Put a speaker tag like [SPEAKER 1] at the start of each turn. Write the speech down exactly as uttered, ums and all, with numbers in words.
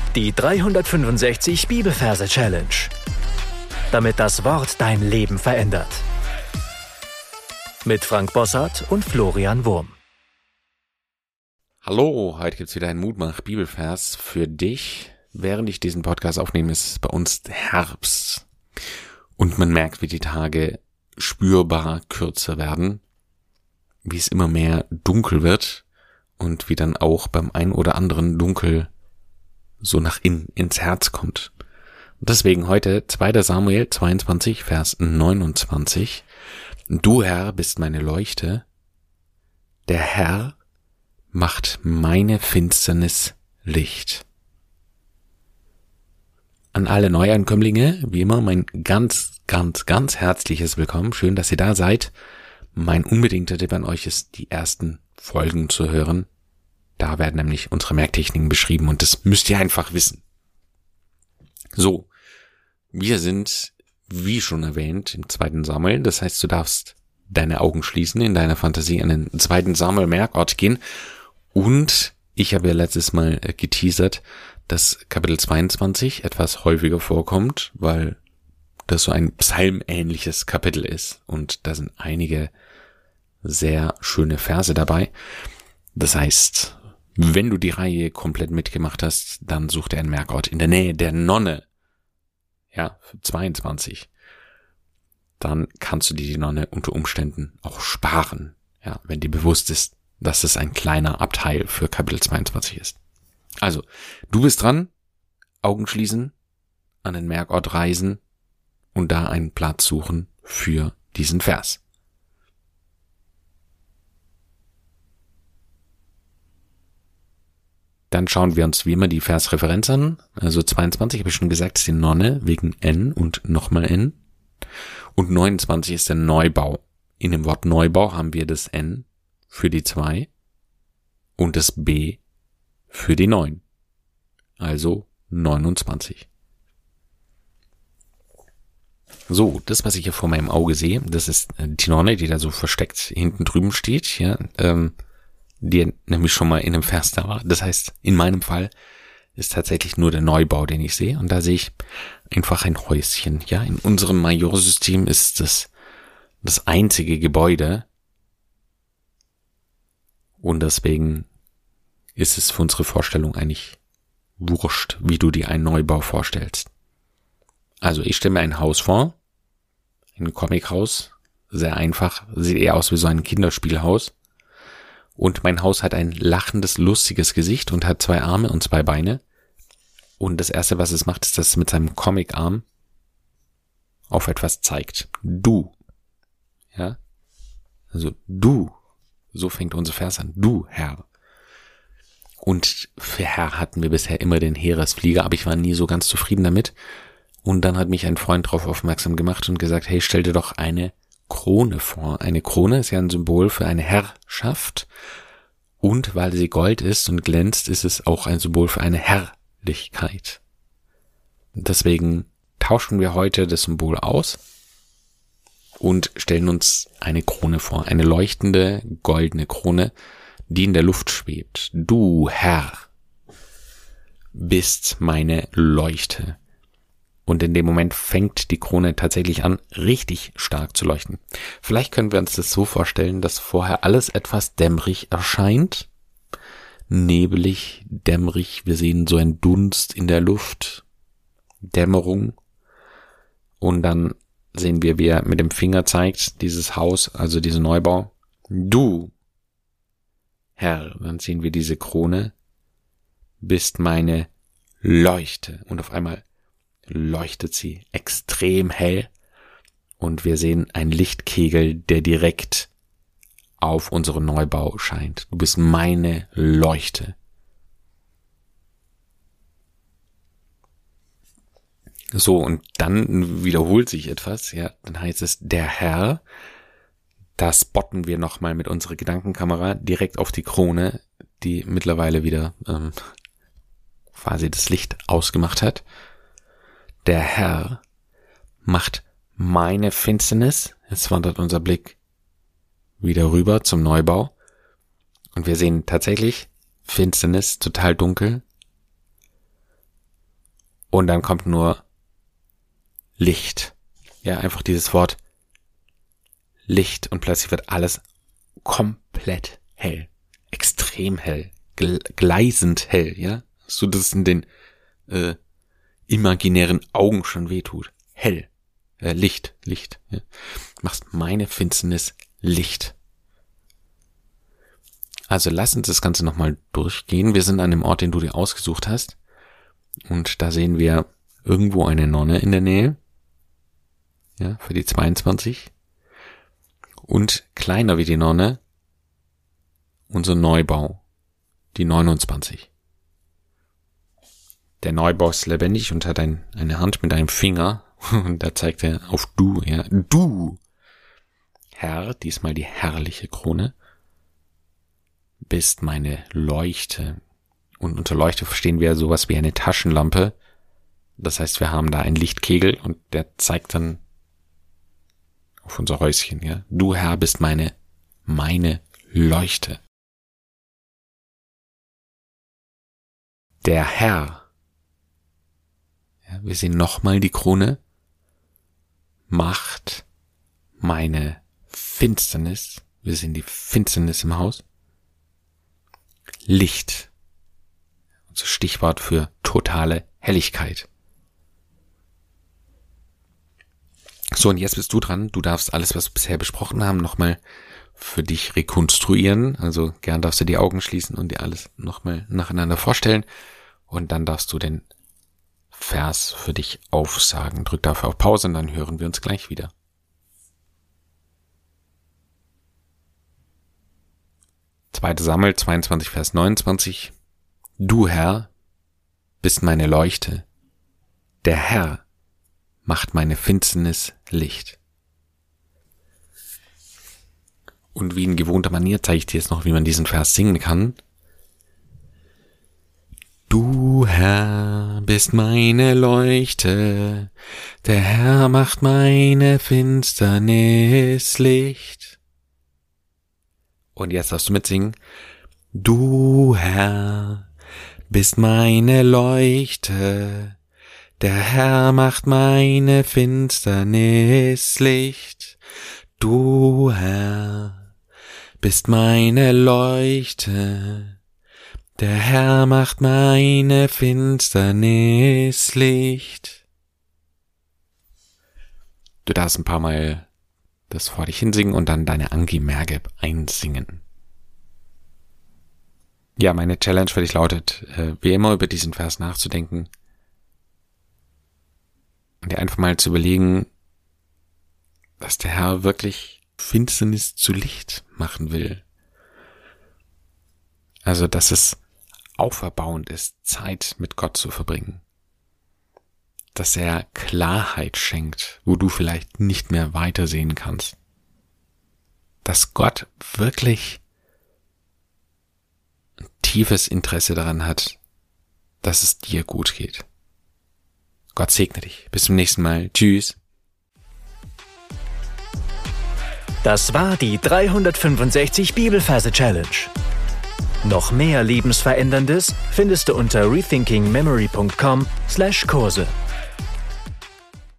[SPEAKER 1] Die dreihundertfünfundsechzig Bibelverse Challenge. Damit das Wort dein Leben verändert. Mit Frank Bossart und Florian Wurm.
[SPEAKER 2] Hallo, heute gibt's wieder einen Mutmach-Bibelvers für dich. Während ich diesen Podcast aufnehme, ist es bei uns Herbst. Und man merkt, wie die Tage spürbar kürzer werden, wie es immer mehr dunkel wird und wie dann auch beim ein oder anderen Dunkel so nach innen ins Herz kommt. Und deswegen heute zweiter Samuel zweiundzwanzig, Vers neunundzwanzig. Du, Herr, bist meine Leuchte. Der Herr macht meine Finsternis Licht. An alle Neuankömmlinge, wie immer, mein ganz, ganz, ganz herzliches Willkommen. Schön, dass ihr da seid. Mein unbedingter Tipp an euch ist, die ersten Folgen zu hören. Da werden nämlich unsere Merktechniken beschrieben und das müsst ihr einfach wissen. So, wir sind, wie schon erwähnt, im zweiten Samuel. Das heißt, du darfst deine Augen schließen, in deiner Fantasie an den zweiten Samuel-Merkort gehen. Und ich habe ja letztes Mal geteasert, dass Kapitel zweiundzwanzig etwas häufiger vorkommt, weil das so ein psalmähnliches Kapitel ist. Und da sind einige sehr schöne Verse dabei. Das heißt, wenn du die Reihe komplett mitgemacht hast, dann such dir einen Merkort in der Nähe der Nonne. Ja, für zweiundzwanzig. Dann kannst du dir die Nonne unter Umständen auch sparen. Ja, wenn dir bewusst ist, dass es ein kleiner Abteil für Kapitel zweiundzwanzig ist. Also, du bist dran. Augen schließen, an den Merkort reisen und da einen Platz suchen für diesen Vers. Dann schauen wir uns wie immer die Versreferenz an. Also zweiundzwanzig habe ich schon gesagt, ist die Nonne wegen N und nochmal N. Und neunundzwanzig ist der Neubau. In dem Wort Neubau haben wir das N für die zwei und das B für die neun. Also neunundzwanzig. So, das, was ich hier vor meinem Auge sehe, das ist die Nonne, die da so versteckt hinten drüben steht, ja, ähm, die nämlich schon mal in einem Vers da war. Das heißt, in meinem Fall ist tatsächlich nur der Neubau, den ich sehe. Und da sehe ich einfach ein Häuschen. Ja, in unserem Majorsystem ist das das einzige Gebäude. Und deswegen ist es für unsere Vorstellung eigentlich wurscht, wie du dir einen Neubau vorstellst. Also ich stelle mir ein Haus vor, ein Comichaus, sehr einfach, sieht eher aus wie so ein Kinderspielhaus. Und mein Haus hat ein lachendes, lustiges Gesicht und hat zwei Arme und zwei Beine. Und das Erste, was es macht, ist, dass es mit seinem Comicarm auf etwas zeigt. Du. Ja? Also du. So fängt unser Vers an. Du, Herr. Und für Herr hatten wir bisher immer den Heeresflieger, aber ich war nie so ganz zufrieden damit. Und dann hat mich ein Freund darauf aufmerksam gemacht und gesagt, hey, stell dir doch eine Krone vor. Eine Krone ist ja ein Symbol für eine Herrschaft und weil sie Gold ist und glänzt, ist es auch ein Symbol für eine Herrlichkeit. Deswegen tauschen wir heute das Symbol aus und stellen uns eine Krone vor, eine leuchtende goldene Krone, die in der Luft schwebt. Du, Herr, bist meine Leuchte. Und in dem Moment fängt die Krone tatsächlich an, richtig stark zu leuchten. Vielleicht können wir uns das so vorstellen, dass vorher alles etwas dämmerig erscheint. Nebelig, dämmerig. Wir sehen so einen Dunst in der Luft. Dämmerung. Und dann sehen wir, wie er mit dem Finger zeigt, dieses Haus, also diesen Neubau. Du, Herr, dann sehen wir diese Krone, bist meine Leuchte. Und auf einmal leuchtet sie extrem hell und wir sehen einen Lichtkegel, der direkt auf unseren Neubau scheint. Du bist meine Leuchte. So, und dann wiederholt sich etwas, ja, dann heißt es, der Herr, das spotten wir nochmal mit unserer Gedankenkamera direkt auf die Krone, die mittlerweile wieder ähm, quasi das Licht ausgemacht hat. Der Herr macht meine Finsternis. Jetzt wandert unser Blick wieder rüber zum Neubau. Und wir sehen tatsächlich Finsternis, total dunkel. und dann kommt nur Licht. Ja, einfach dieses Wort Licht und plötzlich wird alles komplett hell. Extrem hell. Gleisend hell, ja. So, dass es in den äh, imaginären Augen schon wehtut. Hell. Äh, Licht. Licht. Ja. Machst meine Finsternis Licht. Also lass uns das Ganze nochmal durchgehen. Wir sind an dem Ort, den du dir ausgesucht hast. Und da sehen wir irgendwo eine Nonne in der Nähe. Ja, für die zweiundzwanzig. Und kleiner wie die Nonne, unser Neubau, die neunundzwanzig. Der Neubau ist lebendig und hat ein, eine Hand mit einem Finger. Und da zeigt er auf du, ja. Du, Herr, diesmal die herrliche Krone, bist meine Leuchte. Und unter Leuchte verstehen wir sowas wie eine Taschenlampe. Das heißt, wir haben da einen Lichtkegel und der zeigt dann auf unser Häuschen, ja. Du, Herr, bist meine, meine Leuchte. Der Herr, ja, wir sehen nochmal die Krone, macht meine Finsternis, wir sehen die Finsternis im Haus, Licht, unser Stichwort für totale Helligkeit. So, und jetzt bist du dran. Du darfst alles, was wir bisher besprochen haben, nochmal für dich rekonstruieren. Also gern darfst du die Augen schließen und dir alles nochmal nacheinander vorstellen. Und dann darfst du den Vers für dich aufsagen. Drück dafür auf Pause und dann hören wir uns gleich wieder. zweiter Samuel zweiundzwanzig, Vers neunundzwanzig. Du, Herr, bist meine Leuchte. Der Herr macht meine Finsternis Licht. Und wie in gewohnter Manier zeige ich dir jetzt noch, wie man diesen Vers singen kann. Du, Herr, bist meine Leuchte, der Herr macht meine Finsternis Licht. Und jetzt darfst du mitsingen. Du, Herr, bist meine Leuchte, der Herr macht meine Finsternis Licht. Du, Herr, bist meine Leuchte, der Herr macht meine Finsternis Licht. Du darfst ein paar Mal das vor dich hinsingen und dann deine Angie Mergeb einsingen. Ja, meine Challenge für dich lautet, äh, wie immer über diesen Vers nachzudenken und dir einfach mal zu überlegen, dass der Herr wirklich Finsternis zu Licht machen will. Also, dass es auferbauend ist, Zeit mit Gott zu verbringen. Dass er Klarheit schenkt, wo du vielleicht nicht mehr weitersehen kannst. Dass Gott wirklich ein tiefes Interesse daran hat, dass es dir gut geht. Gott segne dich. Bis zum nächsten Mal. Tschüss.
[SPEAKER 1] Das war die dreihundertfünfundsechzig Bibelverse Challenge. Noch mehr Lebensveränderndes findest du unter rethinkingmemory punkt com slash Kurse.